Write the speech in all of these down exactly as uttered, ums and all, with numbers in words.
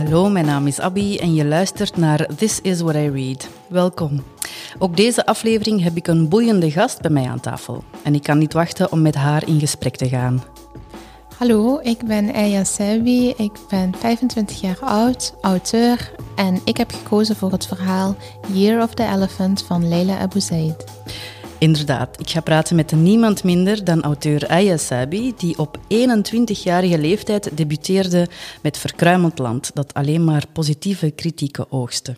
Hallo, mijn naam is Abby en je luistert naar This is What I Read. Welkom. Ook deze aflevering heb ik een boeiende gast bij mij aan tafel. En ik kan niet wachten om met haar in gesprek te gaan. Hallo, ik ben Aya Selby, ik ben vijfentwintig jaar oud, auteur en ik heb gekozen voor het verhaal Year of the Elephant van Leila Abu-Zaid. Inderdaad, ik ga praten met niemand minder dan auteur Aya Selby, die op eenentwintigjarige leeftijd debuteerde met Verkruimeld Land, dat alleen maar positieve kritieken oogste.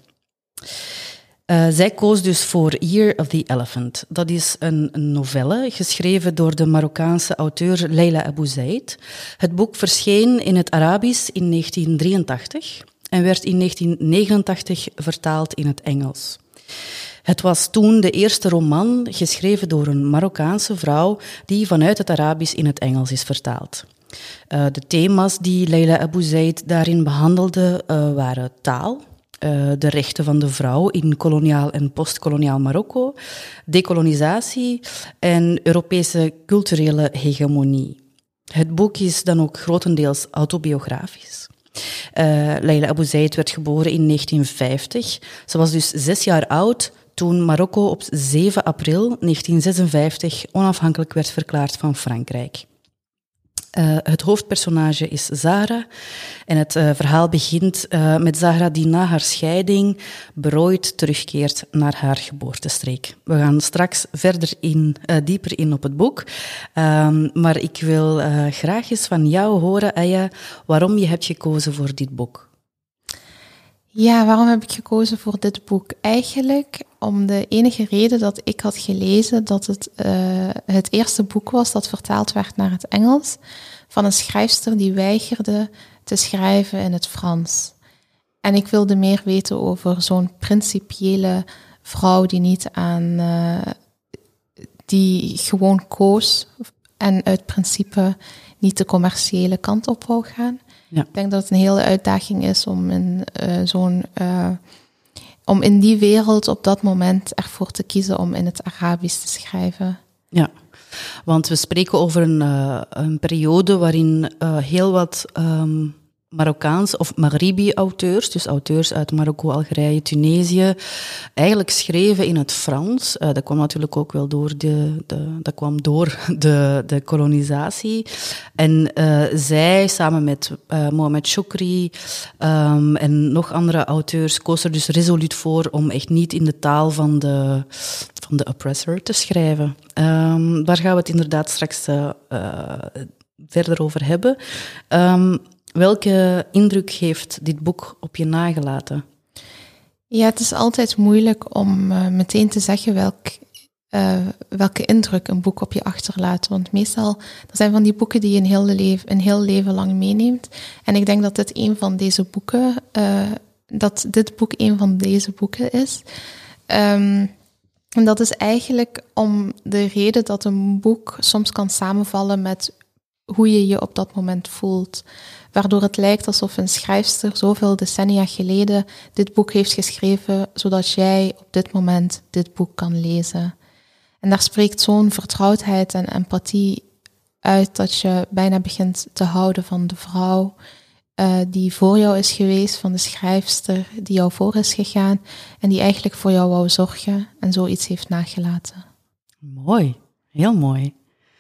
Uh, zij koos dus voor Year of the Elephant. Dat is een, een novelle geschreven door de Marokkaanse auteur Leila Abu-Zaid. Het boek verscheen in het Arabisch in negentien drieëntachtig en werd in negentien negenentachtig vertaald in het Engels. Het was toen de eerste roman geschreven door een Marokkaanse vrouw die vanuit het Arabisch in het Engels is vertaald. Uh, de thema's die Leila Abu-Zaid daarin behandelde uh, waren taal, uh, de rechten van de vrouw in koloniaal en postkoloniaal Marokko, dekolonisatie en Europese culturele hegemonie. Het boek is dan ook grotendeels autobiografisch. Uh, Leila Abu-Zaid werd geboren in negentien vijftig. Ze was dus zes jaar oud toen Marokko op zeven april negentien zesenvijftig onafhankelijk werd verklaard van Frankrijk. Uh, het hoofdpersonage is Zahra en het uh, verhaal begint uh, met Zahra die na haar scheiding berooid terugkeert naar haar geboortestreek. We gaan straks verder in, uh, dieper in op het boek, um, maar ik wil uh, graag eens van jou horen, Aya, waarom je hebt gekozen voor dit boek. Ja, waarom heb ik gekozen voor dit boek? Eigenlijk om de enige reden dat ik had gelezen dat het uh, het eerste boek was dat vertaald werd naar het Engels van een schrijfster die weigerde te schrijven in het Frans. En ik wilde meer weten over zo'n principiële vrouw die niet aan, uh, die gewoon koos en uit principe niet de commerciële kant op wou gaan. Ja. Ik denk dat het een hele uitdaging is om in uh, zo'n uh, om in die wereld op dat moment ervoor te kiezen om in het Arabisch te schrijven. Ja, want we spreken over een, uh, een periode waarin uh, heel wat um, Marokkaans of Maghribi-auteurs, dus auteurs uit Marokko, Algerije, Tunesië, eigenlijk schreven in het Frans. Uh, dat kwam natuurlijk ook wel door de, de, dat kwam door de, de kolonisatie. En uh, zij, samen met uh, Mohamed Choukri um, en nog andere auteurs, koos er dus resoluut voor om echt niet in de taal van de, van de oppressor te schrijven. Um, daar gaan we het inderdaad straks uh, uh, verder over hebben. Um, Welke indruk heeft dit boek op je nagelaten? Ja, het is altijd moeilijk om uh, meteen te zeggen welk, uh, welke indruk een boek op je achterlaat. Want meestal, er zijn van die boeken die je een heel leven, een heel leven lang meeneemt. En ik denk dat dit een van deze boeken, uh, dat dit boek een van deze boeken is. Um, en dat is eigenlijk om de reden dat een boek soms kan samenvallen met hoe je je op dat moment voelt. Waardoor het lijkt alsof een schrijfster zoveel decennia geleden dit boek heeft geschreven, zodat jij op dit moment dit boek kan lezen. En daar spreekt zo'n vertrouwdheid en empathie uit dat je bijna begint te houden van de vrouw uh, die voor jou is geweest, van de schrijfster die jou voor is gegaan en die eigenlijk voor jou wou zorgen en zoiets heeft nagelaten. Mooi, heel mooi.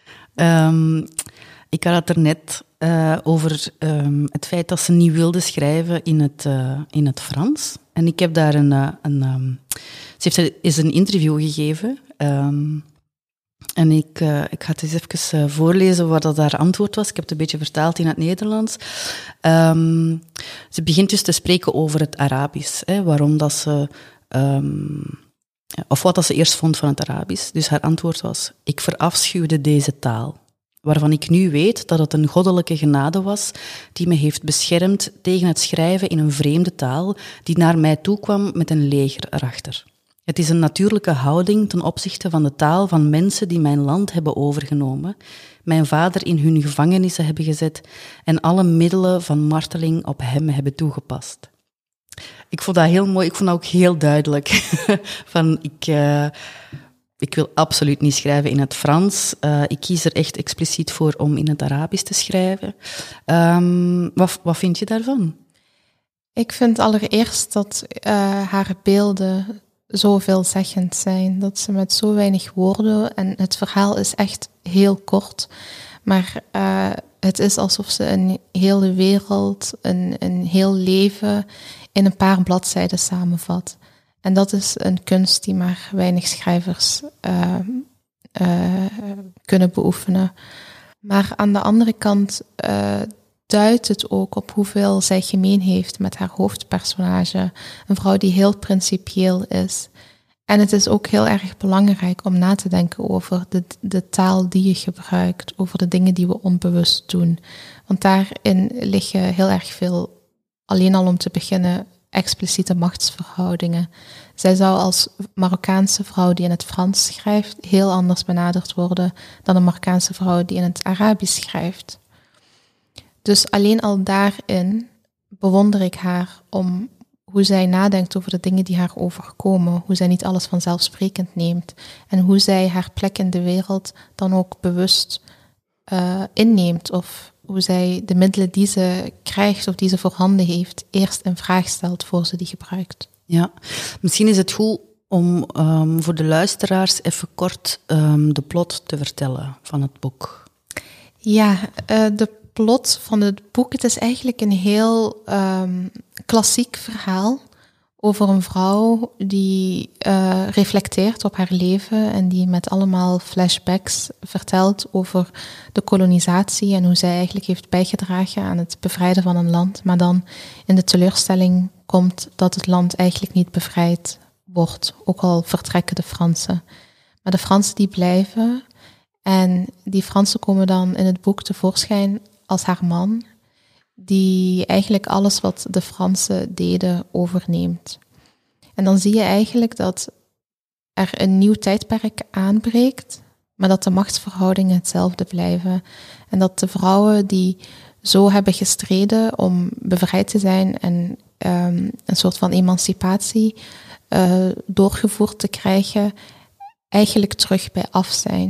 Um, ik had het er net uh, over um, het feit dat ze niet wilde schrijven in het, uh, in het Frans. En ik heb daar een... Uh, een um, ze heeft eens een interview gegeven. Um, en ik, uh, ik ga het eens even uh, voorlezen wat dat haar antwoord was. Ik heb het een beetje vertaald in het Nederlands. Um, ze begint dus te spreken over het Arabisch. Hè, waarom dat ze... Um, of wat dat ze eerst vond van het Arabisch. Dus haar antwoord was: ik verafschuwde deze taal, waarvan ik nu weet dat het een goddelijke genade was die me heeft beschermd tegen het schrijven in een vreemde taal die naar mij toekwam met een leger erachter. Het is een natuurlijke houding ten opzichte van de taal van mensen die mijn land hebben overgenomen, mijn vader in hun gevangenissen hebben gezet en alle middelen van marteling op hem hebben toegepast. Ik vond dat heel mooi, ik vond dat ook heel duidelijk. van, ik, uh, ik wil absoluut niet schrijven in het Frans. Uh, ik kies er echt expliciet voor om in het Arabisch te schrijven. Um, wat, wat vind je daarvan? Ik vind allereerst dat uh, haar beelden zo veelzeggend zijn. Dat ze met zo weinig woorden, en het verhaal is echt heel kort, maar uh, het is alsof ze een hele wereld, een, een heel leven in een paar bladzijden samenvat. En dat is een kunst die maar weinig schrijvers uh, uh, kunnen beoefenen. Maar aan de andere kant uh, duidt het ook op hoeveel zij gemeen heeft met haar hoofdpersonage. Een vrouw die heel principieel is. En het is ook heel erg belangrijk om na te denken over de, de taal die je gebruikt, over de dingen die we onbewust doen. Want daarin liggen heel erg veel, alleen al om te beginnen, expliciete machtsverhoudingen. Zij zou als Marokkaanse vrouw die in het Frans schrijft heel anders benaderd worden dan een Marokkaanse vrouw die in het Arabisch schrijft. Dus alleen al daarin bewonder ik haar om hoe zij nadenkt over de dingen die haar overkomen, hoe zij niet alles vanzelfsprekend neemt en hoe zij haar plek in de wereld dan ook bewust uh, inneemt, of hoe zij de middelen die ze krijgt of die ze voorhanden heeft eerst in vraag stelt voor ze die gebruikt. Ja, misschien is het goed om um, voor de luisteraars even kort um, de plot te vertellen van het boek. Ja, uh, de plot van het boek, het is eigenlijk een heel um, klassiek verhaal over een vrouw die uh, reflecteert op haar leven en die met allemaal flashbacks vertelt over de kolonisatie en hoe zij eigenlijk heeft bijgedragen aan het bevrijden van een land, maar dan in de teleurstelling komt dat het land eigenlijk niet bevrijd wordt, ook al vertrekken de Fransen. Maar de Fransen die blijven en die Fransen komen dan in het boek tevoorschijn als haar man, die eigenlijk alles wat de Fransen deden overneemt. En dan zie je eigenlijk dat er een nieuw tijdperk aanbreekt, maar dat de machtsverhoudingen hetzelfde blijven. En dat de vrouwen die zo hebben gestreden om bevrijd te zijn en um, een soort van emancipatie uh, doorgevoerd te krijgen, eigenlijk terug bij af zijn.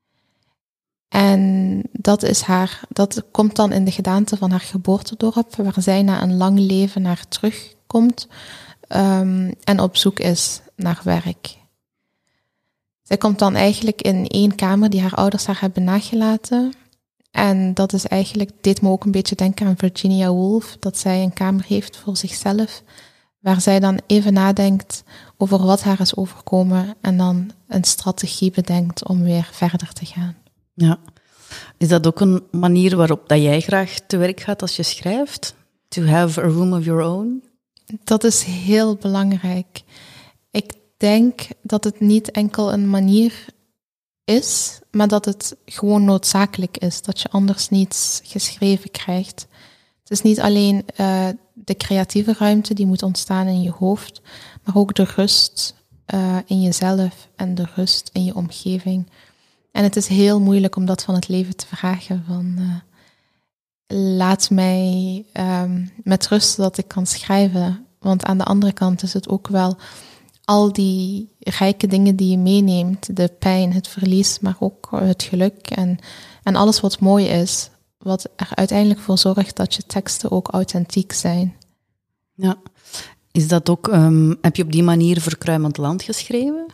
En dat is haar, dat komt dan in de gedaante van haar geboortedorp, waar zij na een lang leven naar terugkomt um, en op zoek is naar werk. Zij komt dan eigenlijk in één kamer die haar ouders haar hebben nagelaten. En dat is eigenlijk, deed me ook een beetje denken aan Virginia Woolf, dat zij een kamer heeft voor zichzelf, waar zij dan even nadenkt over wat haar is overkomen en dan een strategie bedenkt om weer verder te gaan. Ja. Is dat ook een manier waarop dat jij graag te werk gaat als je schrijft? To have a room of your own? Dat is heel belangrijk. Ik denk dat het niet enkel een manier is, maar dat het gewoon noodzakelijk is. Dat je anders niets geschreven krijgt. Het is niet alleen uh, de creatieve ruimte die moet ontstaan in je hoofd, maar ook de rust uh, in jezelf en de rust in je omgeving. En het is heel moeilijk om dat van het leven te vragen. Van, uh, laat mij um, met rust dat ik kan schrijven. Want aan de andere kant is het ook wel al die rijke dingen die je meeneemt. De pijn, het verlies, maar ook het geluk. En, en alles wat mooi is. Wat er uiteindelijk voor zorgt dat je teksten ook authentiek zijn. Ja. Is dat ook, um, heb je op die manier Verkruimeld Land geschreven?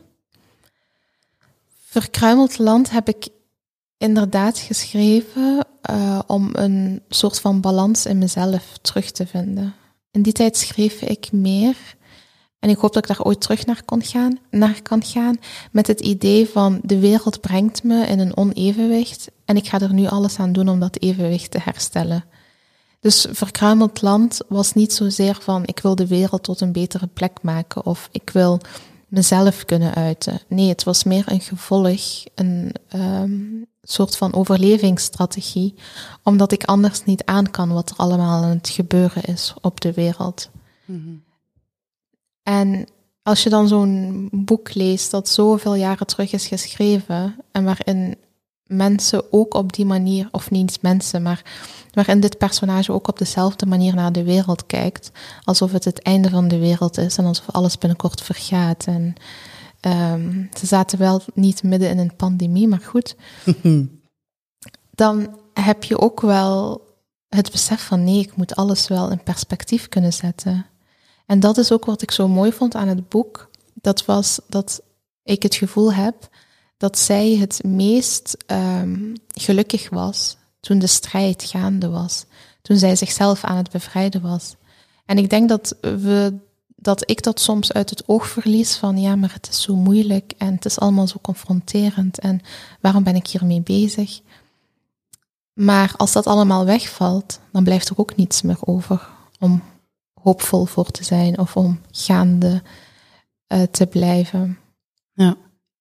Verkruimeld Land heb ik inderdaad geschreven uh, om een soort van balans in mezelf terug te vinden. In die tijd schreef ik meer en ik hoop dat ik daar ooit terug naar, kon gaan, naar kan gaan met het idee van de wereld brengt me in een onevenwicht en ik ga er nu alles aan doen om dat evenwicht te herstellen. Dus Verkruimeld Land was niet zozeer van ik wil de wereld tot een betere plek maken of ik wil mezelf kunnen uiten. Nee, het was meer een gevolg, een um, soort van overlevingsstrategie, omdat ik anders niet aan kan wat er allemaal aan het gebeuren is op de wereld. Mm-hmm. En als je dan zo'n boek leest dat zoveel jaren terug is geschreven en waarin mensen ook op die manier, of niet mensen, maar waarin dit personage ook op dezelfde manier naar de wereld kijkt, alsof het het einde van de wereld is en alsof alles binnenkort vergaat. En um, ze zaten wel niet midden in een pandemie, maar goed. Dan heb je ook wel het besef van nee, ik moet alles wel in perspectief kunnen zetten. En dat is ook wat ik zo mooi vond aan het boek. Dat was dat ik het gevoel heb dat zij het meest um, gelukkig was toen de strijd gaande was. Toen zij zichzelf aan het bevrijden was. En ik denk dat, we, dat ik dat soms uit het oog verlies van ja, maar het is zo moeilijk en het is allemaal zo confronterend en waarom ben ik hiermee bezig? Maar als dat allemaal wegvalt, dan blijft er ook niets meer over om hoopvol voor te zijn of om gaande uh, te blijven. Ja.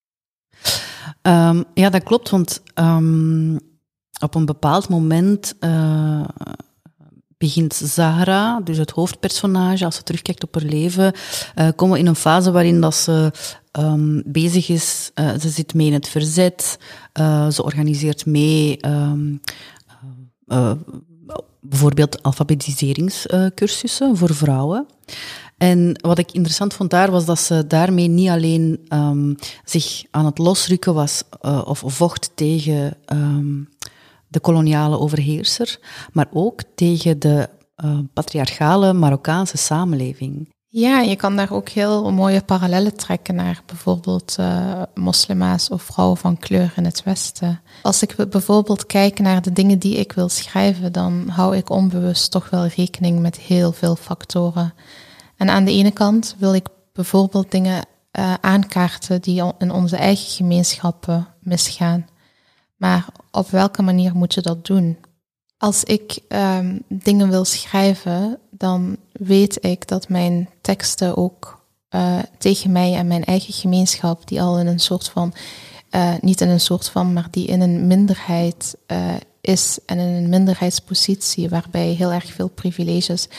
Um, ja, dat klopt, want um, op een bepaald moment uh, begint Zahra, dus het hoofdpersonage, als ze terugkijkt op haar leven, uh, komen we in een fase waarin dat ze um, bezig is, uh, ze zit mee in het verzet, uh, ze organiseert mee um, uh, uh, bijvoorbeeld alfabetiseringscursussen uh, voor vrouwen. En wat ik interessant vond daar, was dat ze daarmee niet alleen um, zich aan het losrukken was uh, of vocht tegen um, de koloniale overheerser, maar ook tegen de uh, patriarchale Marokkaanse samenleving. Ja, je kan daar ook heel mooie parallellen trekken naar bijvoorbeeld uh, moslima's of vrouwen van kleur in het Westen. Als ik bijvoorbeeld kijk naar de dingen die ik wil schrijven, dan hou ik onbewust toch wel rekening met heel veel factoren. En aan de ene kant wil ik bijvoorbeeld dingen uh, aankaarten die in onze eigen gemeenschappen misgaan. Maar op welke manier moet je dat doen? Als ik um, dingen wil schrijven, dan weet ik dat mijn teksten ook uh, tegen mij en mijn eigen gemeenschap, die al in een soort van, uh, niet in een soort van, maar die in een minderheid uh, is en in een minderheidspositie, waarbij heel erg veel privileges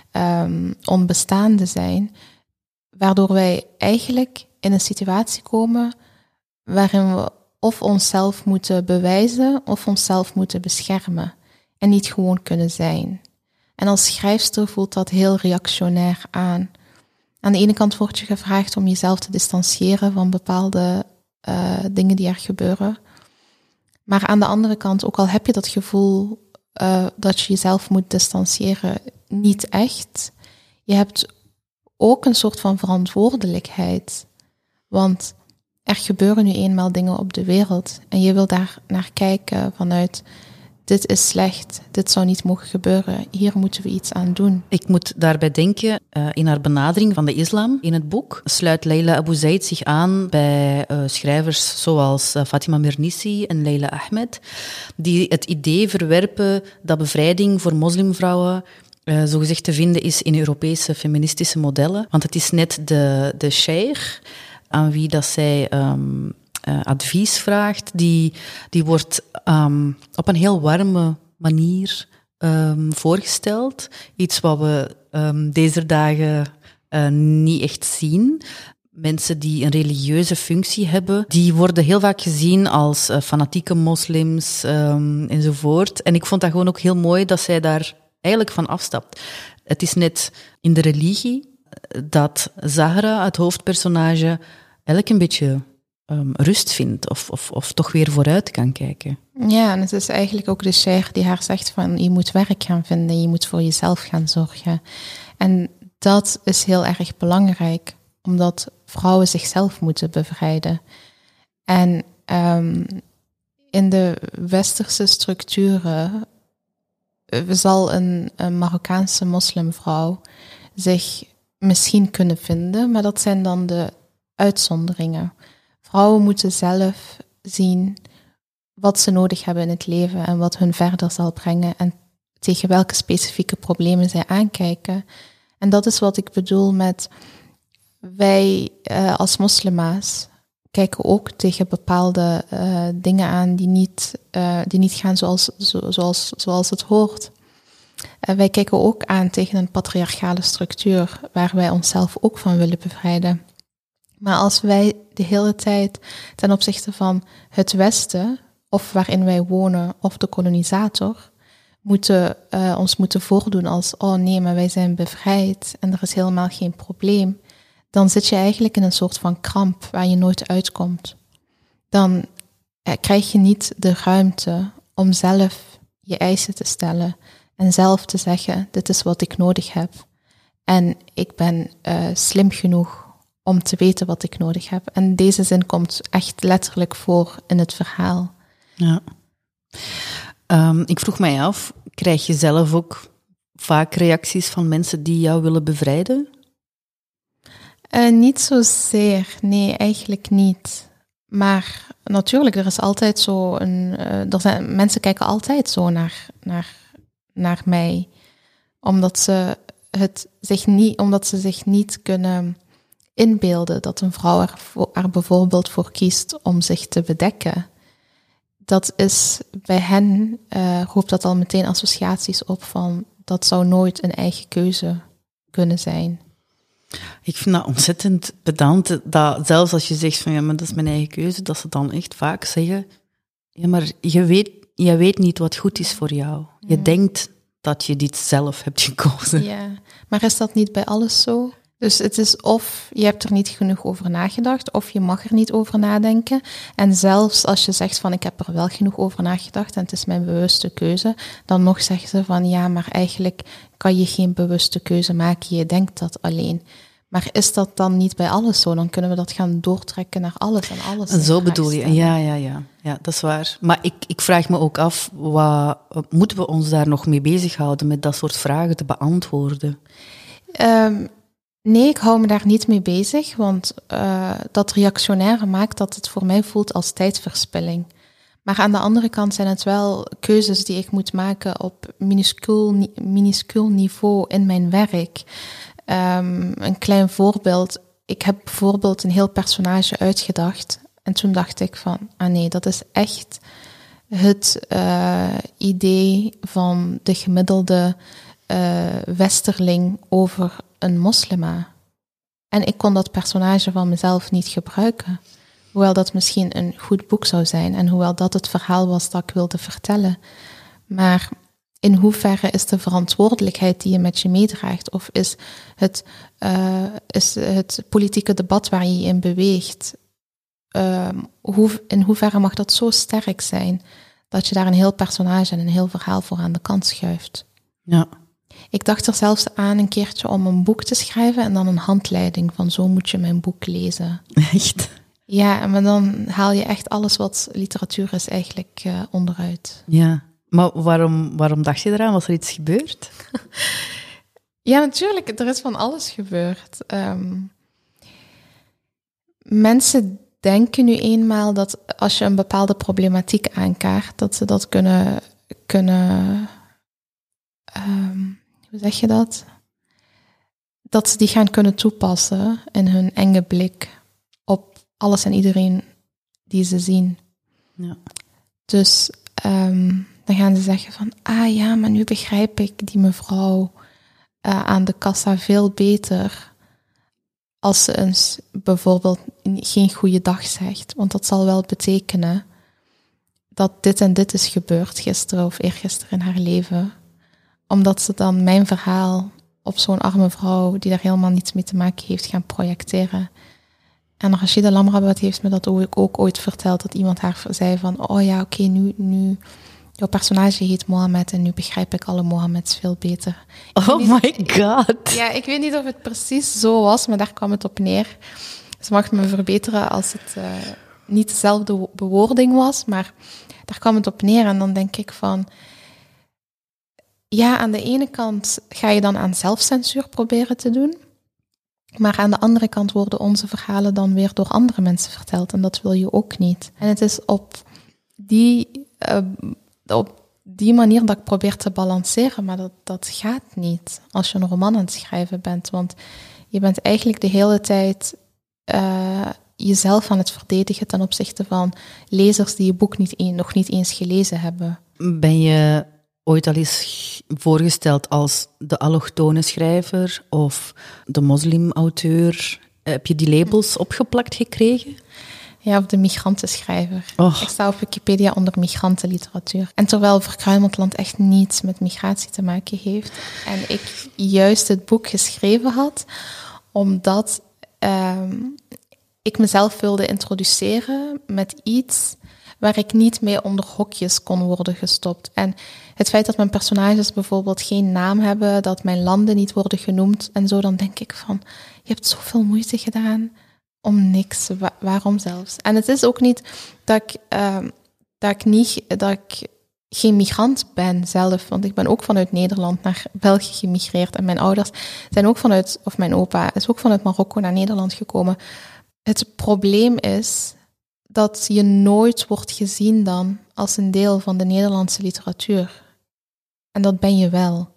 um, onbestaande zijn, waardoor wij eigenlijk in een situatie komen waarin we of onszelf moeten bewijzen of onszelf moeten beschermen en niet gewoon kunnen zijn. En als schrijfster voelt dat heel reactionair aan. Aan de ene kant wordt je gevraagd om jezelf te distancieren van bepaalde uh, dingen die er gebeuren. Maar aan de andere kant, ook al heb je dat gevoel uh, dat je jezelf moet distancieren, niet echt. Je hebt ook een soort van verantwoordelijkheid. Want er gebeuren nu eenmaal dingen op de wereld en je wil daar naar kijken vanuit, dit is slecht, dit zou niet mogen gebeuren, hier moeten we iets aan doen. Ik moet daarbij denken, uh, in haar benadering van de islam in het boek sluit Leila Abu Zaid zich aan bij uh, schrijvers zoals uh, Fatima Mernissi en Leila Ahmed, die het idee verwerpen dat bevrijding voor moslimvrouwen uh, zogezegd te vinden is in Europese feministische modellen. Want het is net de, de sheikh aan wie dat zij um, uh, advies vraagt, die, die wordt um, op een heel warme manier um, voorgesteld. Iets wat we um, deze dagen uh, niet echt zien. Mensen die een religieuze functie hebben, die worden heel vaak gezien als uh, fanatieke moslims um, enzovoort. En ik vond dat gewoon ook heel mooi dat zij daar eigenlijk van afstapt. Het is net in de religie dat Zahra, het hoofdpersonage, eigenlijk een beetje um, rust vindt of, of, of toch weer vooruit kan kijken. Ja, en het is eigenlijk ook de sheikh die haar zegt van je moet werk gaan vinden, je moet voor jezelf gaan zorgen. En dat is heel erg belangrijk, omdat vrouwen zichzelf moeten bevrijden. En um, in de westerse structuren zal een, een Marokkaanse moslimvrouw zich misschien kunnen vinden, maar dat zijn dan de uitzonderingen. Vrouwen moeten zelf zien wat ze nodig hebben in het leven en wat hun verder zal brengen en tegen welke specifieke problemen zij aankijken. En dat is wat ik bedoel met wij uh, als moslima's kijken ook tegen bepaalde uh, dingen aan die niet, uh, die niet gaan zoals, zo, zoals, zoals het hoort. Uh, wij kijken ook aan tegen een patriarchale structuur waar wij onszelf ook van willen bevrijden. Maar als wij de hele tijd ten opzichte van het Westen, of waarin wij wonen, of de kolonisator, moeten, uh, ons moeten voordoen als, oh nee, maar wij zijn bevrijd en er is helemaal geen probleem, dan zit je eigenlijk in een soort van kramp waar je nooit uitkomt. Dan uh, krijg je niet de ruimte om zelf je eisen te stellen En zelf te zeggen, dit is wat ik nodig heb. En ik ben uh, slim genoeg om te weten wat ik nodig heb. En deze zin komt echt letterlijk voor in het verhaal. Ja. Um, ik vroeg mij af, krijg je zelf ook vaak reacties van mensen die jou willen bevrijden? Uh, niet zozeer, nee, eigenlijk niet. Maar natuurlijk, er is altijd zo een... Uh, er zijn, mensen kijken altijd zo naar, naar, naar mij. Omdat ze, het zich niet, omdat ze zich niet kunnen inbeelden dat een vrouw er, er bijvoorbeeld voor kiest om zich te bedekken. Dat is bij hen, uh, roept dat al meteen associaties op van dat zou nooit een eigen keuze kunnen zijn. Ik vind dat ontzettend pedant, dat zelfs als je zegt van ja, maar dat is mijn eigen keuze, dat ze dan echt vaak zeggen, ja, maar je weet, je weet niet wat goed is voor jou. Je mm. denkt dat je dit zelf hebt gekozen. Ja, maar is dat niet bij alles zo? Dus het is of je hebt er niet genoeg over nagedacht, of je mag er niet over nadenken. En zelfs als je zegt van ik heb er wel genoeg over nagedacht en het is mijn bewuste keuze, dan nog zeggen ze van ja, maar eigenlijk kan je geen bewuste keuze maken, je denkt dat alleen. Maar is dat dan niet bij alles zo? Dan kunnen we dat gaan doortrekken naar alles en alles. En zo bedoel je, ja, ja, ja, ja, dat is waar. Maar ik, ik vraag me ook af, wat, moeten we ons daar nog mee bezighouden met dat soort vragen te beantwoorden? Um, Nee, ik hou me daar niet mee bezig, want uh, dat reactionaire maakt dat het voor mij voelt als tijdverspilling. Maar aan de andere kant zijn het wel keuzes die ik moet maken op minuscuul, minuscuul niveau in mijn werk. Um, een klein voorbeeld. Ik heb bijvoorbeeld een heel personage uitgedacht en toen dacht ik van, ah nee, dat is echt het uh, idee van de gemiddelde uh, westerling over een moslima. En ik kon dat personage van mezelf niet gebruiken. Hoewel dat misschien een goed boek zou zijn en hoewel dat het verhaal was dat ik wilde vertellen. Maar in hoeverre is de verantwoordelijkheid die je met je meedraagt, of is het, uh, is het politieke debat waar je je in beweegt, uh, hoe, in hoeverre mag dat zo sterk zijn dat je daar een heel personage en een heel verhaal voor aan de kant schuift? Ja. Ik dacht er zelfs aan een keertje om een boek te schrijven en dan een handleiding van zo moet je mijn boek lezen. Echt? Ja, maar dan haal je echt alles wat literatuur is eigenlijk uh, onderuit. Ja, maar waarom, waarom dacht je eraan? Was er iets gebeurd? Ja, natuurlijk, er is van alles gebeurd. Um, mensen denken nu eenmaal dat als je een bepaalde problematiek aankaart, dat ze dat kunnen... kunnen um, hoe zeg je dat? Dat ze die gaan kunnen toepassen in hun enge blik op alles en iedereen die ze zien. Ja. Dus um, dan gaan ze zeggen van, ah ja, maar nu begrijp ik die mevrouw uh, aan de kassa veel beter als ze eens bijvoorbeeld geen goede dag zegt. Want dat zal wel betekenen dat dit en dit is gebeurd gisteren of eergisteren in haar leven. Omdat ze dan mijn verhaal op zo'n arme vrouw die daar helemaal niets mee te maken heeft gaan projecteren. En Rashida Lamrabat heeft me dat ook, ook ooit verteld, dat iemand haar zei van, oh ja, oké, okay, nu, nu, jouw personage heet Mohammed en nu begrijp ik alle Mohammeds veel beter. Oh niet, my god. Ja, ik weet niet of het precies zo was, maar daar kwam het op neer. Ze mag me verbeteren als het uh, niet dezelfde bewoording was, maar daar kwam het op neer en dan denk ik van, ja, aan de ene kant ga je dan aan zelfcensuur proberen te doen. Maar aan de andere kant worden onze verhalen dan weer door andere mensen verteld. En dat wil je ook niet. En het is op die, uh, op die manier dat ik probeer te balanceren. Maar dat, dat gaat niet als je een roman aan het schrijven bent. Want je bent eigenlijk de hele tijd uh, jezelf aan het verdedigen ten opzichte van lezers die je boek niet een, nog niet eens gelezen hebben. Ben je ooit al eens voorgesteld als de allochtone schrijver of de moslimauteur? Heb je die labels opgeplakt gekregen? Ja, of de migrantenschrijver. Oh. Ik sta op Wikipedia onder migrantenliteratuur. En terwijl Verkruimeld Land echt niets met migratie te maken heeft. En ik juist het boek geschreven had, omdat um, ik mezelf wilde introduceren met iets waar ik niet mee onder hokjes kon worden gestopt. En het feit dat mijn personages bijvoorbeeld geen naam hebben, dat mijn landen niet worden genoemd en zo, dan denk ik van, je hebt zoveel moeite gedaan om niks. Wa- waarom zelfs? En het is ook niet dat ik, uh, dat ik niet, dat ik geen migrant ben zelf, want ik ben ook vanuit Nederland naar België gemigreerd en mijn ouders zijn ook vanuit, of mijn opa is ook vanuit Marokko naar Nederland gekomen. Het probleem is dat je nooit wordt gezien dan als een deel van de Nederlandse literatuur. En dat ben je wel.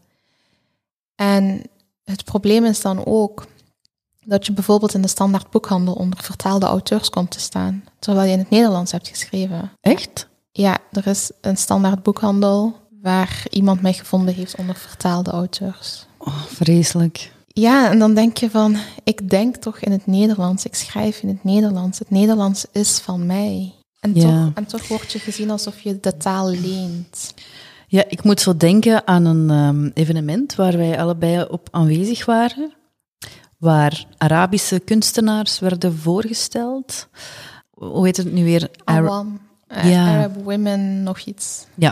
En het probleem is dan ook dat je bijvoorbeeld in de standaard boekhandel onder vertaalde auteurs komt te staan, terwijl je in het Nederlands hebt geschreven. Echt? Ja, er is een standaard boekhandel waar iemand mij gevonden heeft onder vertaalde auteurs. Oh, vreselijk. Ja, en dan denk je van, ik denk toch in het Nederlands, ik schrijf in het Nederlands. Het Nederlands is van mij. En, Ja. toch, en toch word je gezien alsof je de taal leent. Ja, ik moet zo denken aan een um, evenement waar wij allebei op aanwezig waren, waar Arabische kunstenaars werden voorgesteld. Hoe heet het nu weer? Ara- Awam, uh, Ja. Arab Women, nog iets. Ja.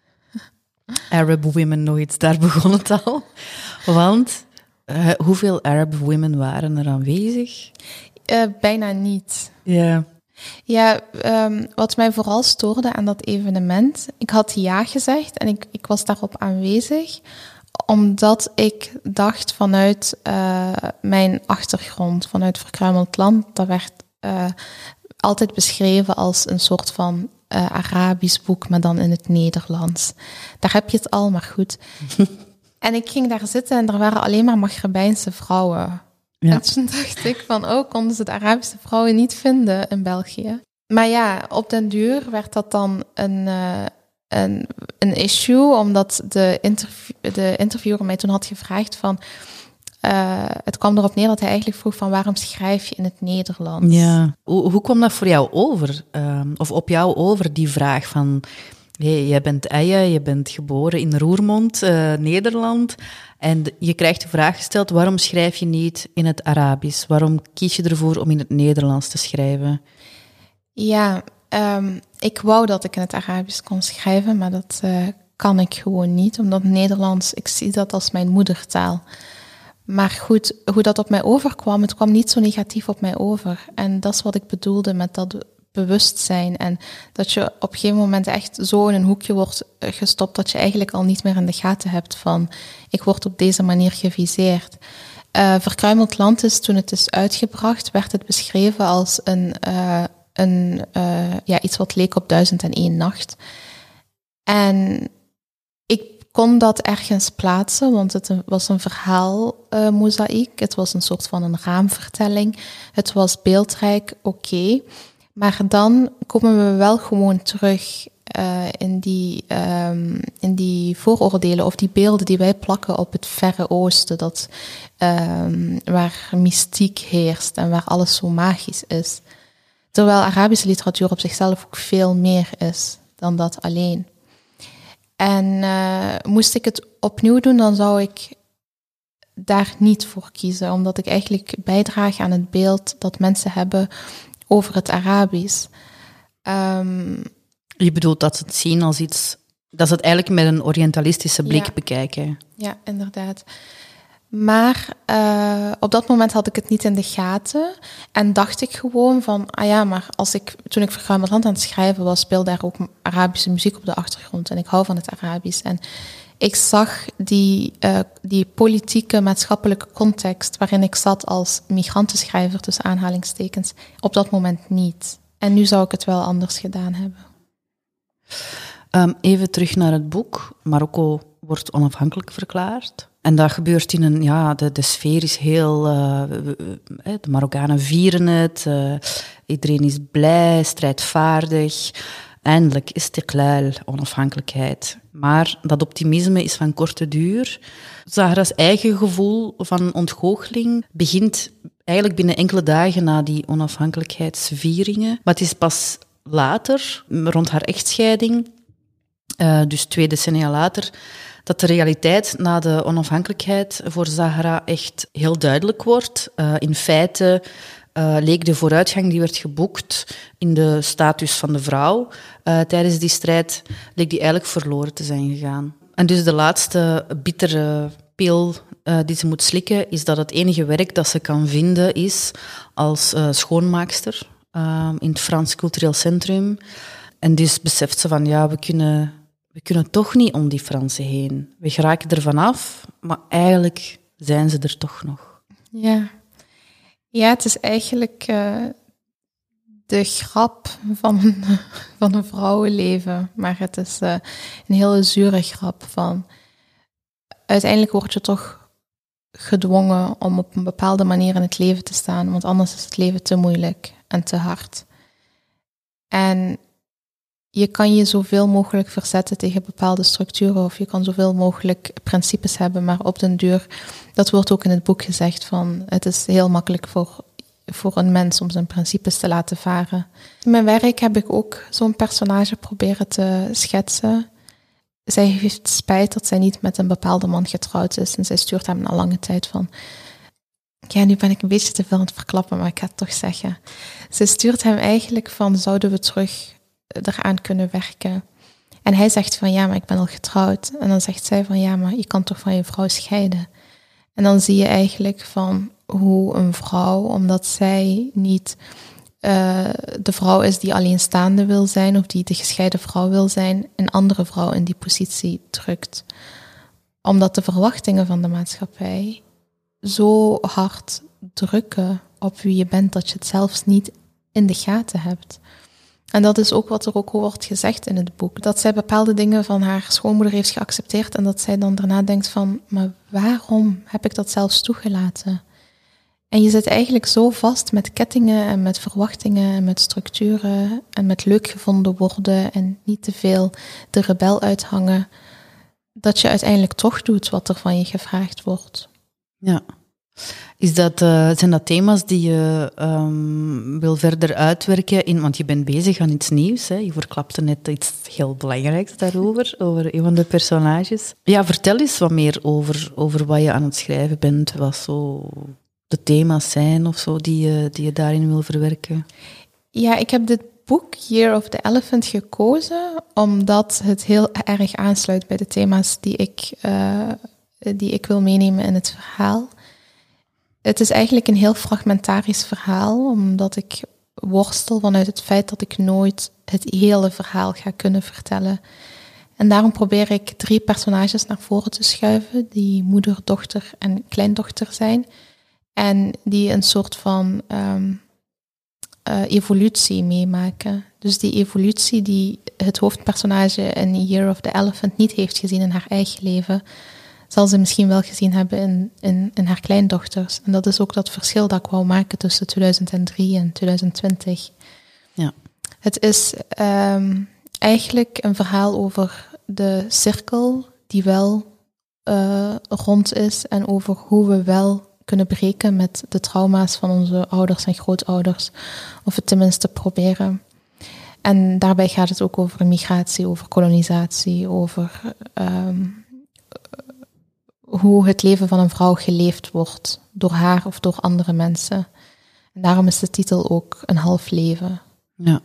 Arab Women, nog iets, daar begon het al. Want uh, hoeveel Arab Women waren er aanwezig? Uh, bijna niet. Ja. Ja, um, wat mij vooral stoorde aan dat evenement, ik had ja gezegd en ik, ik was daarop aanwezig, omdat ik dacht vanuit uh, mijn achtergrond, vanuit Verkruimeld Land, dat werd uh, altijd beschreven als een soort van uh, Arabisch boek, maar dan in het Nederlands. Daar heb je het al, maar goed. En ik ging daar zitten en er waren alleen maar Maghrebijnse vrouwen. Ja. En toen dacht ik van, oh, konden ze de Arabische vrouwen niet vinden in België. Maar ja, op den duur werd dat dan een, uh, een, een issue, omdat de, interview, de interviewer mij toen had gevraagd van, uh, het kwam erop neer dat hij eigenlijk vroeg van, waarom schrijf je in het Nederlands? Ja. Hoe, hoe kwam dat voor jou over? Uh, of op jou over, die vraag van, hey, jij bent Aya, je bent geboren in Roermond, uh, Nederland, en je krijgt de vraag gesteld, waarom schrijf je niet in het Arabisch? Waarom kies je ervoor om in het Nederlands te schrijven? Ja, um, ik wou dat ik in het Arabisch kon schrijven, maar dat uh, kan ik gewoon niet, omdat Nederlands, ik zie dat als mijn moedertaal. Maar goed, hoe dat op mij overkwam, het kwam niet zo negatief op mij over. En dat is wat ik bedoelde met dat bewustzijn. En dat je op een gegeven moment echt zo in een hoekje wordt gestopt, dat je eigenlijk al niet meer in de gaten hebt van, ik word op deze manier geviseerd. Uh, Verkruimeld Land is, toen het is uitgebracht, werd het beschreven als een, uh, een uh, ja, iets wat leek op Duizend en één Nacht. En ik kon dat ergens plaatsen, want het was een verhaalmozaïek. Uh, het was een soort van een raamvertelling. Het was beeldrijk, oké. Okay. Maar dan komen we wel gewoon terug uh, in, die, um, in die vooroordelen of die beelden die wij plakken op het Verre Oosten, dat, um, waar mystiek heerst en waar alles zo magisch is. Terwijl Arabische literatuur op zichzelf ook veel meer is dan dat alleen. En uh, moest ik het opnieuw doen, dan zou ik daar niet voor kiezen, omdat ik eigenlijk bijdraag aan het beeld dat mensen hebben over het Arabisch. Um, Je bedoelt dat ze het zien als iets, dat ze het eigenlijk met een orientalistische blik ja. bekijken. Ja, inderdaad. Maar uh, op dat moment had ik het niet in de gaten en dacht ik gewoon van, ah ja, maar als ik, toen ik Verkruimeld Land aan het schrijven was, speelde er ook Arabische muziek op de achtergrond en ik hou van het Arabisch. En ik zag die, uh, die politieke, maatschappelijke context waarin ik zat als migrantenschrijver, tussen aanhalingstekens, op dat moment niet. En nu zou ik het wel anders gedaan hebben. Um, even terug naar het boek. Marokko wordt onafhankelijk verklaard. En dat gebeurt in een, ja, de, de sfeer is heel, uh, de Marokkanen vieren het, uh, iedereen is blij, strijdvaardig. Eindelijk istiqlal, onafhankelijkheid. Maar dat optimisme is van korte duur. Zahra's eigen gevoel van ontgoocheling begint eigenlijk binnen enkele dagen na die onafhankelijkheidsvieringen. Maar het is pas later, rond haar echtscheiding, uh, dus twee decennia later, dat de realiteit na de onafhankelijkheid voor Zahra echt heel duidelijk wordt. Uh, in feite uh, leek de vooruitgang die werd geboekt in de status van de vrouw uh, tijdens die strijd, leek die eigenlijk verloren te zijn gegaan. En dus de laatste bittere pil uh, die ze moet slikken, is dat het enige werk dat ze kan vinden is als uh, schoonmaakster uh, in het Frans Cultureel Centrum. En dus beseft ze van, ja, we kunnen, we kunnen toch niet om die Fransen heen. We geraken er vanaf, maar eigenlijk zijn ze er toch nog. Ja, ja, het is eigenlijk uh, de grap van, van een vrouwenleven. Maar het is uh, een hele zure grap van... Uiteindelijk word je toch gedwongen om op een bepaalde manier in het leven te staan, want anders is het leven te moeilijk en te hard. En je kan je zoveel mogelijk verzetten tegen bepaalde structuren of je kan zoveel mogelijk principes hebben, maar op den duur, dat wordt ook in het boek gezegd, van het is heel makkelijk voor, voor een mens om zijn principes te laten varen. In mijn werk heb ik ook zo'n personage proberen te schetsen. Zij heeft spijt dat zij niet met een bepaalde man getrouwd is en zij stuurt hem na lange tijd van... Ja, nu ben ik een beetje te veel aan het verklappen, maar ik ga het toch zeggen. Ze stuurt hem eigenlijk van, zouden we terug eraan kunnen werken? En hij zegt van, ja, maar ik ben al getrouwd. En dan zegt zij van, ja, maar je kan toch van je vrouw scheiden? En dan zie je eigenlijk van hoe een vrouw, omdat zij niet uh, de vrouw is die alleenstaande wil zijn of die de gescheiden vrouw wil zijn, een andere vrouw in die positie drukt. Omdat de verwachtingen van de maatschappij zo hard drukken op wie je bent, dat je het zelfs niet in de gaten hebt. En dat is ook wat er ook wordt gezegd in het boek. Dat zij bepaalde dingen van haar schoonmoeder heeft geaccepteerd en dat zij dan daarna denkt van, maar waarom heb ik dat zelfs toegelaten? En je zit eigenlijk zo vast met kettingen en met verwachtingen en met structuren en met leuk gevonden worden en niet te veel de rebel uithangen, dat je uiteindelijk toch doet wat er van je gevraagd wordt. Ja. Is dat, uh, zijn dat thema's die je um, wil verder uitwerken? In, want je bent bezig aan iets nieuws. Hè? Je verklapte net iets heel belangrijks daarover, over een van de personages. Ja, vertel eens wat meer over, over wat je aan het schrijven bent. Wat zo de thema's zijn of zo die je, die je daarin wil verwerken. Ja, ik heb dit boek Year of the Elephant gekozen omdat het heel erg aansluit bij de thema's die ik, uh, die ik wil meenemen in het verhaal. Het is eigenlijk een heel fragmentarisch verhaal, omdat ik worstel vanuit het feit dat ik nooit het hele verhaal ga kunnen vertellen. En daarom probeer ik drie personages naar voren te schuiven, die moeder, dochter en kleindochter zijn. En die een soort van um, uh, evolutie meemaken. Dus die evolutie die het hoofdpersonage in Year of the Elephant niet heeft gezien in haar eigen leven, zal ze misschien wel gezien hebben in, in, in haar kleindochters. En dat is ook dat verschil dat ik wou maken tussen tweeduizend drie en tweeduizend twintig. Ja. Het is um, eigenlijk een verhaal over de cirkel die wel uh, rond is en over hoe we wel kunnen breken met de trauma's van onze ouders en grootouders. Of het tenminste proberen. En daarbij gaat het ook over migratie, over kolonisatie, over Um, hoe het leven van een vrouw geleefd wordt door haar of door andere mensen. En daarom is de titel ook Een half leven. Ja.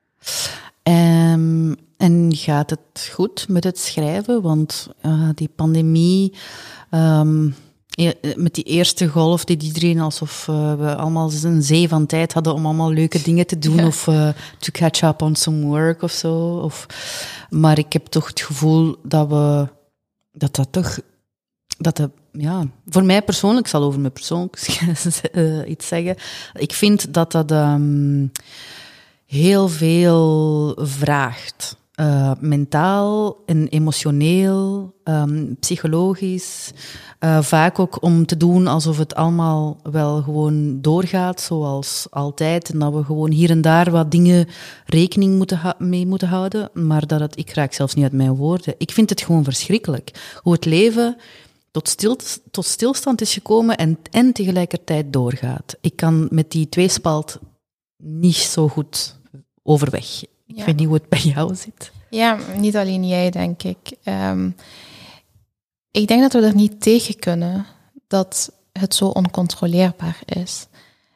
Um, en gaat het goed met het schrijven? Want uh, die pandemie, um, met die eerste golf, die iedereen alsof uh, we allemaal een zee van tijd hadden om allemaal leuke dingen te doen, ja. Of uh, to catch up on some work of zo. Of, maar ik heb toch het gevoel dat we, dat dat toch... Dat de, ja, voor mij persoonlijk, ik zal over mijn persoonlijk uh, iets zeggen. Ik vind dat dat um, heel veel vraagt. Uh, mentaal en emotioneel, um, psychologisch. Uh, vaak ook om te doen alsof het allemaal wel gewoon doorgaat, zoals altijd. En dat we gewoon hier en daar wat dingen rekening moeten ha- mee moeten houden. Maar dat het, ik raak zelfs niet uit mijn woorden. Ik vind het gewoon verschrikkelijk. Hoe het leven tot, stil, tot stilstand is gekomen en, en tegelijkertijd doorgaat. Ik kan met die tweespalt niet zo goed overweg. Ik ja. weet niet hoe het bij jou zit. Ja, niet alleen jij, denk ik. Um, ik denk dat we er niet tegen kunnen dat het zo oncontroleerbaar is.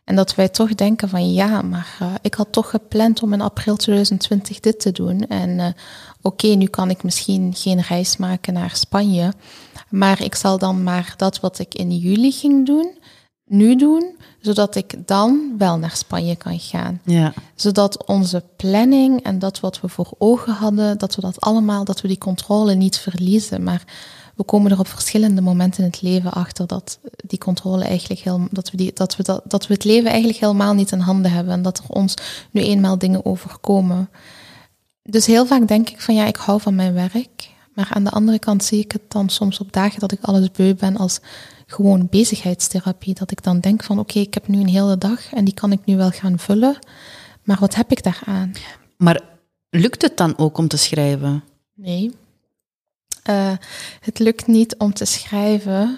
En dat wij toch denken van ja, maar uh, ik had toch gepland om in april twintig twintig dit te doen. En uh, oké, okay, nu kan ik misschien geen reis maken naar Spanje. Maar ik zal dan maar dat wat ik in juli ging doen, nu doen. Zodat ik dan wel naar Spanje kan gaan. Ja. Zodat onze planning en dat wat we voor ogen hadden, dat we dat allemaal, dat we die controle niet verliezen. Maar we komen er op verschillende momenten in het leven achter dat die controle eigenlijk heel, dat we, die, dat we, dat, dat we het leven eigenlijk helemaal niet in handen hebben. En dat er ons nu eenmaal dingen overkomen. Dus heel vaak denk ik van ja, ik hou van mijn werk. Maar aan de andere kant zie ik het dan soms op dagen dat ik alles beu ben als gewoon bezigheidstherapie. Dat ik dan denk van oké, okay, ik heb nu een hele dag en die kan ik nu wel gaan vullen. Maar wat heb ik daaraan? Maar lukt het dan ook om te schrijven? Nee. Uh, het lukt niet om te schrijven,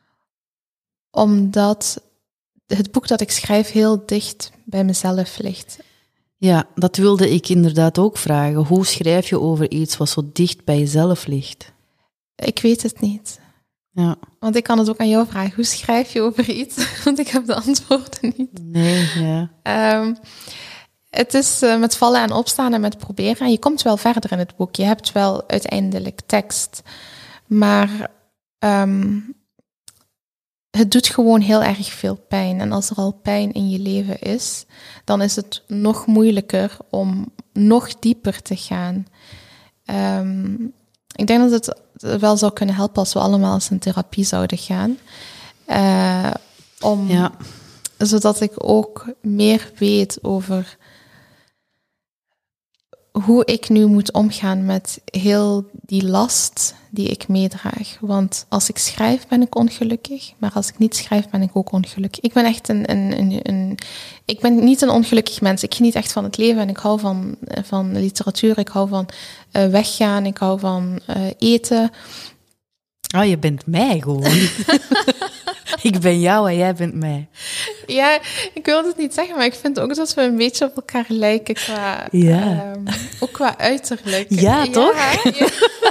omdat het boek dat ik schrijf heel dicht bij mezelf ligt. Ja, dat wilde ik inderdaad ook vragen. Hoe schrijf je over iets wat zo dicht bij jezelf ligt? Ik weet het niet. Ja. Want ik kan het ook aan jou vragen. Hoe schrijf je over iets? Want ik heb de antwoorden niet. Nee, ja. Um, Het is uh, met vallen en opstaan en met proberen. En je komt wel verder in het boek. Je hebt wel uiteindelijk tekst. Maar um, het doet gewoon heel erg veel pijn. En als er al pijn in je leven is, dan is het nog moeilijker om nog dieper te gaan. Um, ik denk dat het wel zou kunnen helpen als we allemaal eens in therapie zouden gaan. Uh, om, ja. Zodat ik ook meer weet over hoe ik nu moet omgaan met heel die last die ik meedraag. Want als ik schrijf ben ik ongelukkig, maar als ik niet schrijf ben ik ook ongelukkig. Ik ben echt een, een, een, een ik ben niet een ongelukkig mens. Ik geniet echt van het leven en ik hou van, van literatuur, ik hou van uh, weggaan, ik hou van uh, eten. Oh, je bent mij gewoon. Ik ben jou en jij bent mij. Ja, ik wil het niet zeggen, maar ik vind ook dat we een beetje op elkaar lijken qua, ja. um, ook qua uiterlijk. Ja, toch? Ja,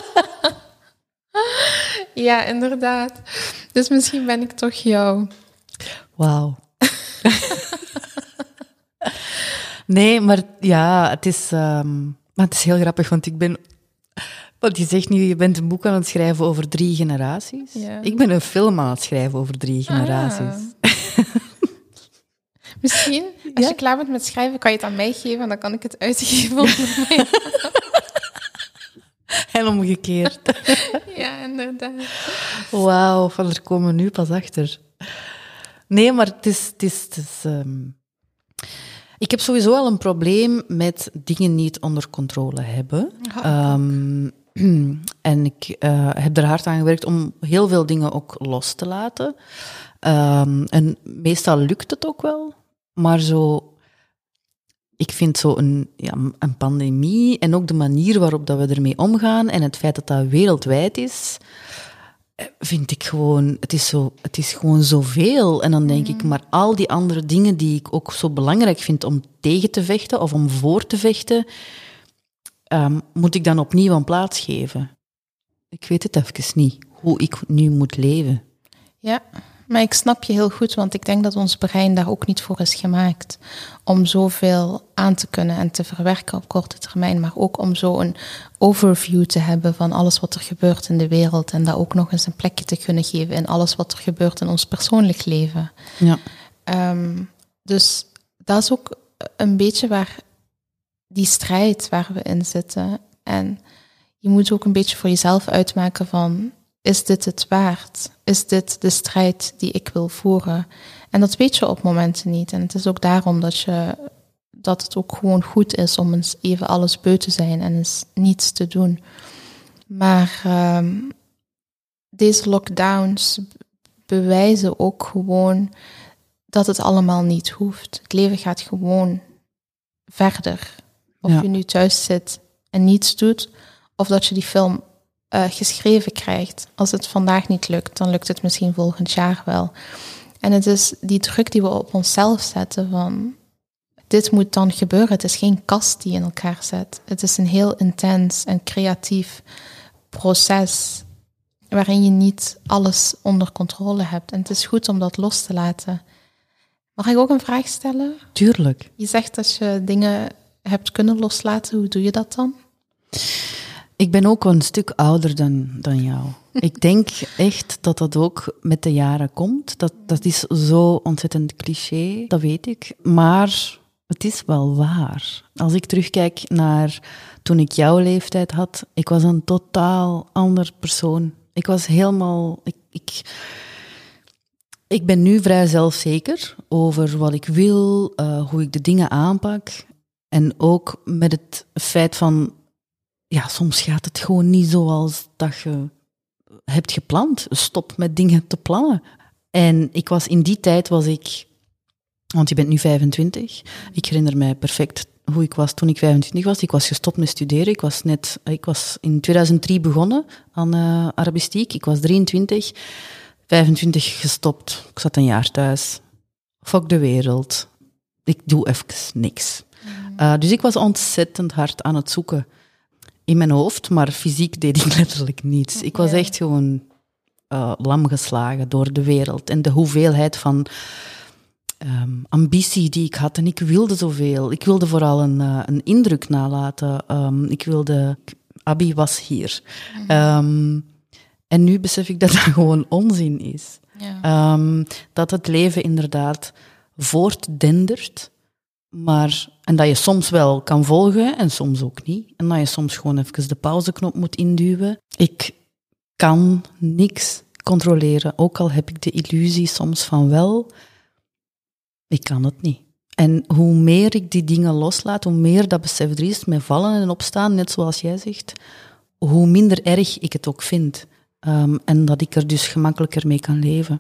ja, inderdaad. Dus misschien ben ik toch jou. Wauw. Nee, maar ja, het is, um, maar het is heel grappig, want ik ben... Want je zegt nu, je bent een boek aan het schrijven over drie generaties. Ja. Ik ben een film aan het schrijven over drie generaties. Ah. Misschien, als ja? je klaar bent met schrijven, kan je het aan mij geven en dan kan ik het uitgeven. En omgekeerd. Ja, inderdaad. Wauw, van er komen we nu pas achter. Nee, maar het is... Het is, het is um... Ik heb sowieso al een probleem met dingen niet onder controle hebben. Oh, um, en ik uh, heb er hard aan gewerkt om heel veel dingen ook los te laten. Um, en meestal lukt het ook wel. Maar zo... Ik vind zo een, ja, een pandemie en ook de manier waarop dat we ermee omgaan en het feit dat dat wereldwijd is, vind ik gewoon... Het is, zo, het is gewoon zoveel. En dan denk mm. ik, maar al die andere dingen die ik ook zo belangrijk vind om tegen te vechten of om voor te vechten, um, moet ik dan opnieuw een plaats geven. Ik weet het even niet, hoe ik nu moet leven. Ja, maar ik snap je heel goed, want ik denk dat ons brein daar ook niet voor is gemaakt. Om zoveel aan te kunnen en te verwerken op korte termijn, maar ook om zo een overview te hebben van alles wat er gebeurt in de wereld en daar ook nog eens een plekje te kunnen geven in alles wat er gebeurt in ons persoonlijk leven. Ja. Um, dus dat is ook een beetje waar die strijd waar we in zitten. En je moet ook een beetje voor jezelf uitmaken van, is dit het waard? Is dit de strijd die ik wil voeren? En dat weet je op momenten niet. En het is ook daarom dat, je, dat het ook gewoon goed is om eens even alles beu te zijn en eens niets te doen. Maar um, deze lockdowns bewijzen ook gewoon dat het allemaal niet hoeft. Het leven gaat gewoon verder. Of ja. je nu thuis zit en niets doet, of dat je die film uh, geschreven krijgt. Als het vandaag niet lukt, dan lukt het misschien volgend jaar wel. En het is die druk die we op onszelf zetten van, dit moet dan gebeuren. Het is geen kast die je in elkaar zet. Het is een heel intens en creatief proces waarin je niet alles onder controle hebt. En het is goed om dat los te laten. Mag ik ook een vraag stellen? Tuurlijk. Je zegt dat je dingen hebt kunnen loslaten. Hoe doe je dat dan? Ik ben ook een stuk ouder dan, dan jou. Ik denk echt dat dat ook met de jaren komt. Dat, dat is zo ontzettend cliché, dat weet ik. Maar het is wel waar. Als ik terugkijk naar toen ik jouw leeftijd had, ik was een totaal ander persoon. Ik was helemaal... Ik, ik, ik ben nu vrij zelfzeker over wat ik wil, uh, hoe ik de dingen aanpak. En ook met het feit van... Ja, soms gaat het gewoon niet zoals dat je hebt gepland. Stop met dingen te plannen. En ik was in die tijd was ik... Want je bent nu vijfentwintig. Ik herinner mij perfect hoe ik was toen ik vijfentwintig was. Ik was gestopt met studeren. Ik was, net, ik was in tweeduizend drie begonnen aan uh, Arabistiek. Ik was drieëntwintig. vijfentwintig gestopt. Ik zat een jaar thuis. Fuck de wereld. Ik doe even niks. Uh, dus ik was ontzettend hard aan het zoeken. In mijn hoofd, maar fysiek deed ik letterlijk niets. Ik was echt gewoon uh, lam geslagen door de wereld. En de hoeveelheid van um, ambitie die ik had. En ik wilde zoveel. Ik wilde vooral een, uh, een indruk nalaten. Um, ik wilde... Abi was hier. Um, en nu besef ik dat dat gewoon onzin is. Ja. Um, dat het leven inderdaad voortdendert. Maar, en dat je soms wel kan volgen en soms ook niet. En dat je soms gewoon even de pauzeknop moet induwen. Ik kan niks controleren. Ook al heb ik de illusie soms van wel. Ik kan het niet. En hoe meer ik die dingen loslaat, hoe meer dat besef er is, met vallen en opstaan, net zoals jij zegt, hoe minder erg ik het ook vind. Um, en dat ik er dus gemakkelijker mee kan leven.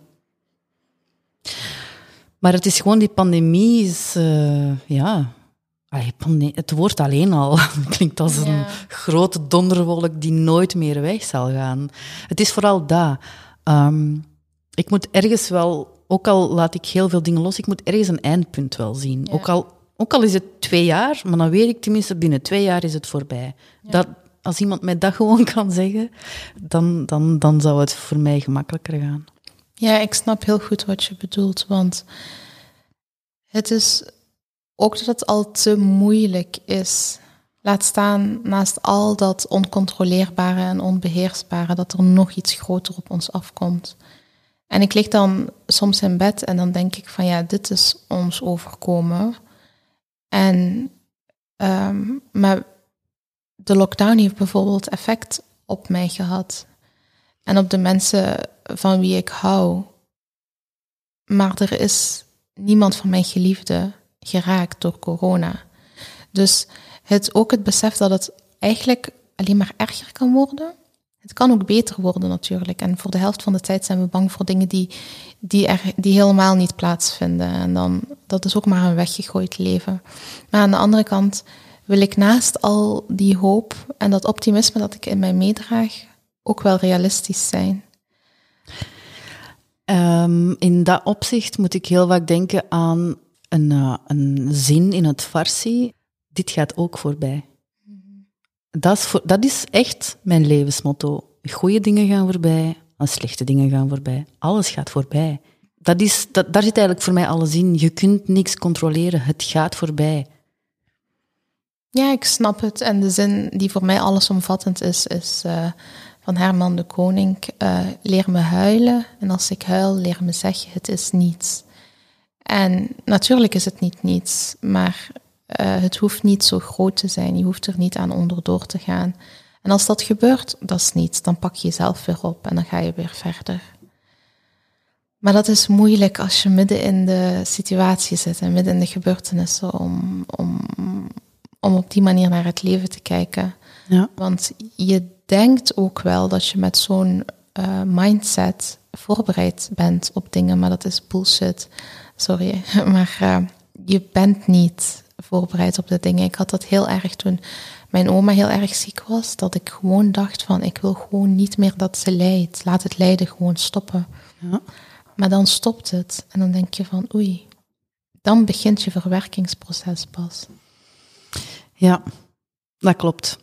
Maar het is gewoon, die pandemie is, uh, ja... Allee, pande- het woord alleen al klinkt als een ja. grote donderwolk die nooit meer weg zal gaan. Het is vooral dat. Um, ik moet ergens wel, ook al laat ik heel veel dingen los, ik moet ergens een eindpunt wel zien. Ja. Ook, al, ook al is het twee jaar, maar dan weet ik tenminste, binnen twee jaar is het voorbij. Ja. Dat, als iemand mij dat gewoon kan zeggen, dan, dan, dan zou het voor mij gemakkelijker gaan. Ja, ik snap heel goed wat je bedoelt, want het is ook dat het al te moeilijk is. Laat staan naast al dat oncontroleerbare en onbeheersbare, dat er nog iets groter op ons afkomt. En ik lig dan soms in bed en dan denk ik van ja, dit is ons overkomen. En, um, maar de lockdown heeft bijvoorbeeld effect op mij gehad. En op de mensen van wie ik hou. Maar er is niemand van mijn geliefden geraakt door corona. Dus het, ook het besef dat het eigenlijk alleen maar erger kan worden. Het kan ook beter worden natuurlijk. En voor de helft van de tijd zijn we bang voor dingen die, die, er, die helemaal niet plaatsvinden. En dan, dat is ook maar een weggegooid leven. Maar aan de andere kant wil ik naast al die hoop en dat optimisme dat ik in mij meedraag, ook wel realistisch zijn. Um, in dat opzicht moet ik heel vaak denken aan een, uh, een zin in het Farsi. Dit gaat ook voorbij. Mm-hmm. Dat is, voor, dat is echt mijn levensmotto. Goeie dingen gaan voorbij, en slechte dingen gaan voorbij. Alles gaat voorbij. Dat is, dat, daar zit eigenlijk voor mij alles in. Je kunt niks controleren, het gaat voorbij. Ja, ik snap het. En de zin die voor mij allesomvattend is, is uh, van Herman de Koning. Uh, leer me huilen en als ik huil, leer me zeggen, het is niets. En natuurlijk is het niet niets, maar uh, het hoeft niet zo groot te zijn. Je hoeft er niet aan onderdoor te gaan. En als dat gebeurt, dat is niets. Dan pak je jezelf weer op en dan ga je weer verder. Maar dat is moeilijk als je midden in de situatie zit en midden in de gebeurtenissen om, om, om op die manier naar het leven te kijken. Ja. Want je denkt ook wel dat je met zo'n uh, mindset voorbereid bent op dingen, maar dat is bullshit. Sorry, maar uh, je bent niet voorbereid op de dingen. Ik had dat heel erg toen mijn oma heel erg ziek was, dat ik gewoon dacht van, ik wil gewoon niet meer dat ze lijdt. Laat het lijden gewoon stoppen. Ja. Maar dan stopt het en dan denk je van, oei, dan begint je verwerkingsproces pas. Ja, dat klopt.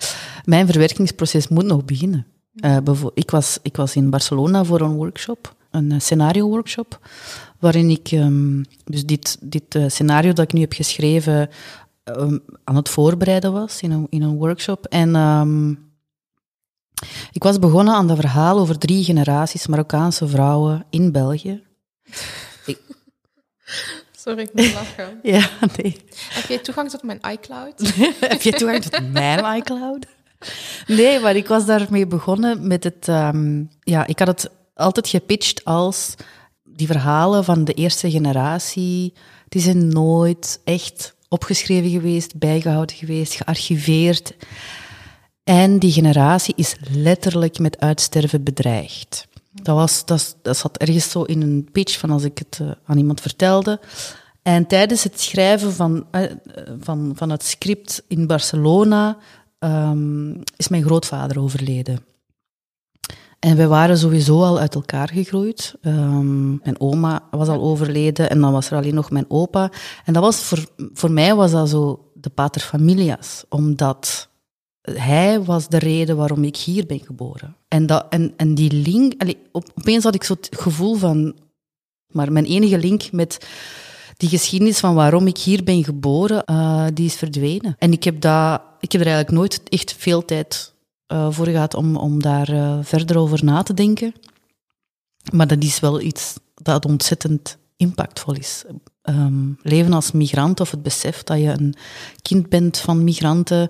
Mijn verwerkingsproces moet nog beginnen. Uh, bevo- ik, was, ik was in Barcelona voor een workshop een scenario-workshop, waarin ik um, dus dit, dit uh, scenario dat ik nu heb geschreven um, aan het voorbereiden was in een, in een workshop. En um, ik was begonnen aan dat verhaal over drie generaties Marokkaanse vrouwen in België. Ik... Sorry, ik moet lachen. Ja, nee. Heb jij toegang tot mijn iCloud? Heb je toegang tot mijn iCloud? Nee, maar ik was daarmee begonnen met het... Um, ja, ik had het altijd gepitcht als die verhalen van de eerste generatie, die zijn nooit echt opgeschreven geweest, bijgehouden geweest, gearchiveerd. En die generatie is letterlijk met uitsterven bedreigd. Dat, was, dat, dat zat ergens zo in een pitch van als ik het uh, aan iemand vertelde. En tijdens het schrijven van, uh, van, van het script in Barcelona um, is mijn grootvader overleden. En wij waren sowieso al uit elkaar gegroeid. Um, mijn oma was al overleden en dan was er alleen nog mijn opa. En dat was voor, voor mij was dat zo de paterfamilias, omdat hij was de reden waarom ik hier ben geboren. En, dat, en, en die link... Allee, op, opeens had ik zo het gevoel van... Maar mijn enige link met die geschiedenis van waarom ik hier ben geboren, uh, die is verdwenen. En ik heb, dat, ik heb er eigenlijk nooit echt veel tijd uh, voor gehad om, om daar uh, verder over na te denken. Maar dat is wel iets dat ontzettend impactvol is. Um, leven als migrant of het besef dat je een kind bent van migranten...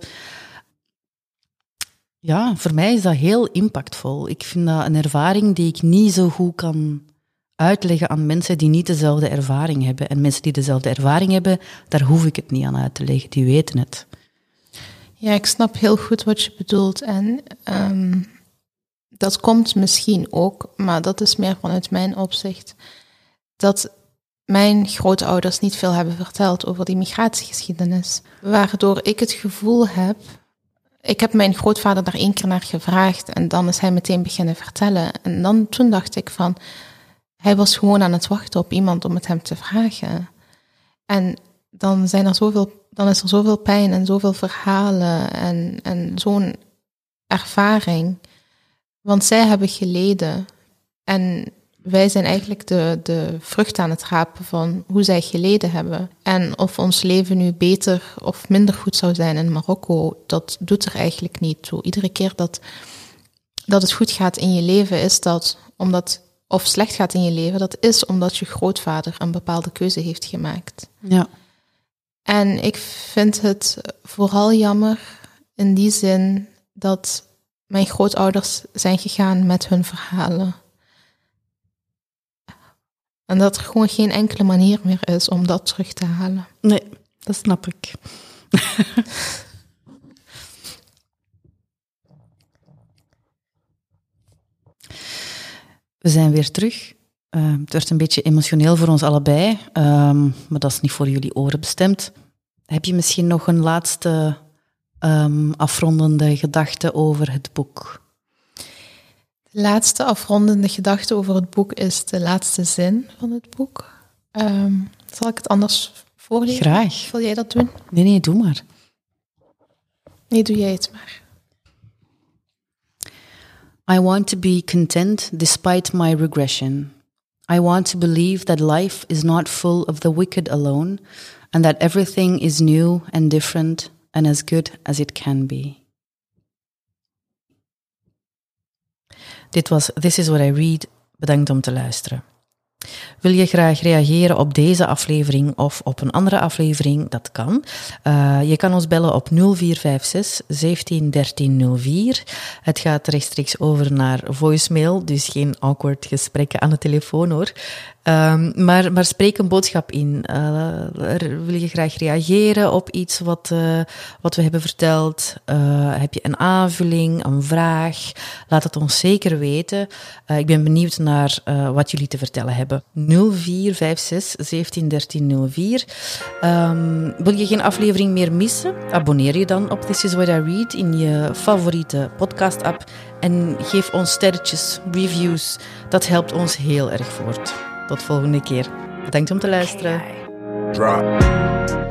Ja, voor mij is dat heel impactvol. Ik vind dat een ervaring die ik niet zo goed kan uitleggen aan mensen die niet dezelfde ervaring hebben. En mensen die dezelfde ervaring hebben, daar hoef ik het niet aan uit te leggen. Die weten het. Ja, ik snap heel goed wat je bedoelt. En um, dat komt misschien ook, maar dat is meer vanuit mijn opzicht, dat mijn grootouders niet veel hebben verteld over die migratiegeschiedenis. Waardoor ik het gevoel heb... Ik heb mijn grootvader daar één keer naar gevraagd en dan is hij meteen beginnen vertellen. En dan toen dacht ik van, hij was gewoon aan het wachten op iemand om het hem te vragen. En dan, zijn er zoveel, dan is er zoveel pijn en zoveel verhalen en, en zo'n ervaring. Want zij hebben geleden en wij zijn eigenlijk de, de vrucht aan het rapen van hoe zij geleden hebben. En of ons leven nu beter of minder goed zou zijn in Marokko, dat doet er eigenlijk niet toe. Iedere keer dat, dat het goed gaat in je leven, is dat omdat, of slecht gaat in je leven, dat is omdat je grootvader een bepaalde keuze heeft gemaakt. Ja. En ik vind het vooral jammer in die zin dat mijn grootouders zijn gegaan met hun verhalen. En dat er gewoon geen enkele manier meer is om dat terug te halen. Nee, dat snap ik. We zijn weer terug. Uh, het werd een beetje emotioneel voor ons allebei, um, maar dat is niet voor jullie oren bestemd. Heb je misschien nog een laatste um, afrondende gedachte over het boek? De laatste afrondende gedachte over het boek is de laatste zin van het boek. Um, zal ik het anders voorlezen? Graag. Wil jij dat doen? Nee, nee, doe maar. Nee, doe jij het maar. I want to be content despite my regression. I want to believe that life is not full of the wicked alone, and that everything is new and different and as good as it can be. Dit was This is What I Read. Bedankt om te luisteren. Wil je graag reageren op deze aflevering of op een andere aflevering? Dat kan. Uh, je kan ons bellen op nul vier vijf zes zeventien dertien nul vier. Het gaat rechtstreeks over naar voicemail, dus geen awkward gesprekken aan de telefoon hoor. Um, maar, maar spreek een boodschap in. Uh, wil je graag reageren op iets wat, uh, wat we hebben verteld? Uh, heb je een aanvulling, een vraag? Laat het ons zeker weten. Uh, ik ben benieuwd naar uh, wat jullie te vertellen hebben. nul vier vijf zes zeventien dertien nul vier. Um, wil je geen aflevering meer missen? Abonneer je dan op This is What I Read in je favoriete podcast-app en geef ons sterretjes, reviews. Dat helpt ons heel erg voort. Tot volgende keer. Bedankt om te luisteren. Drop.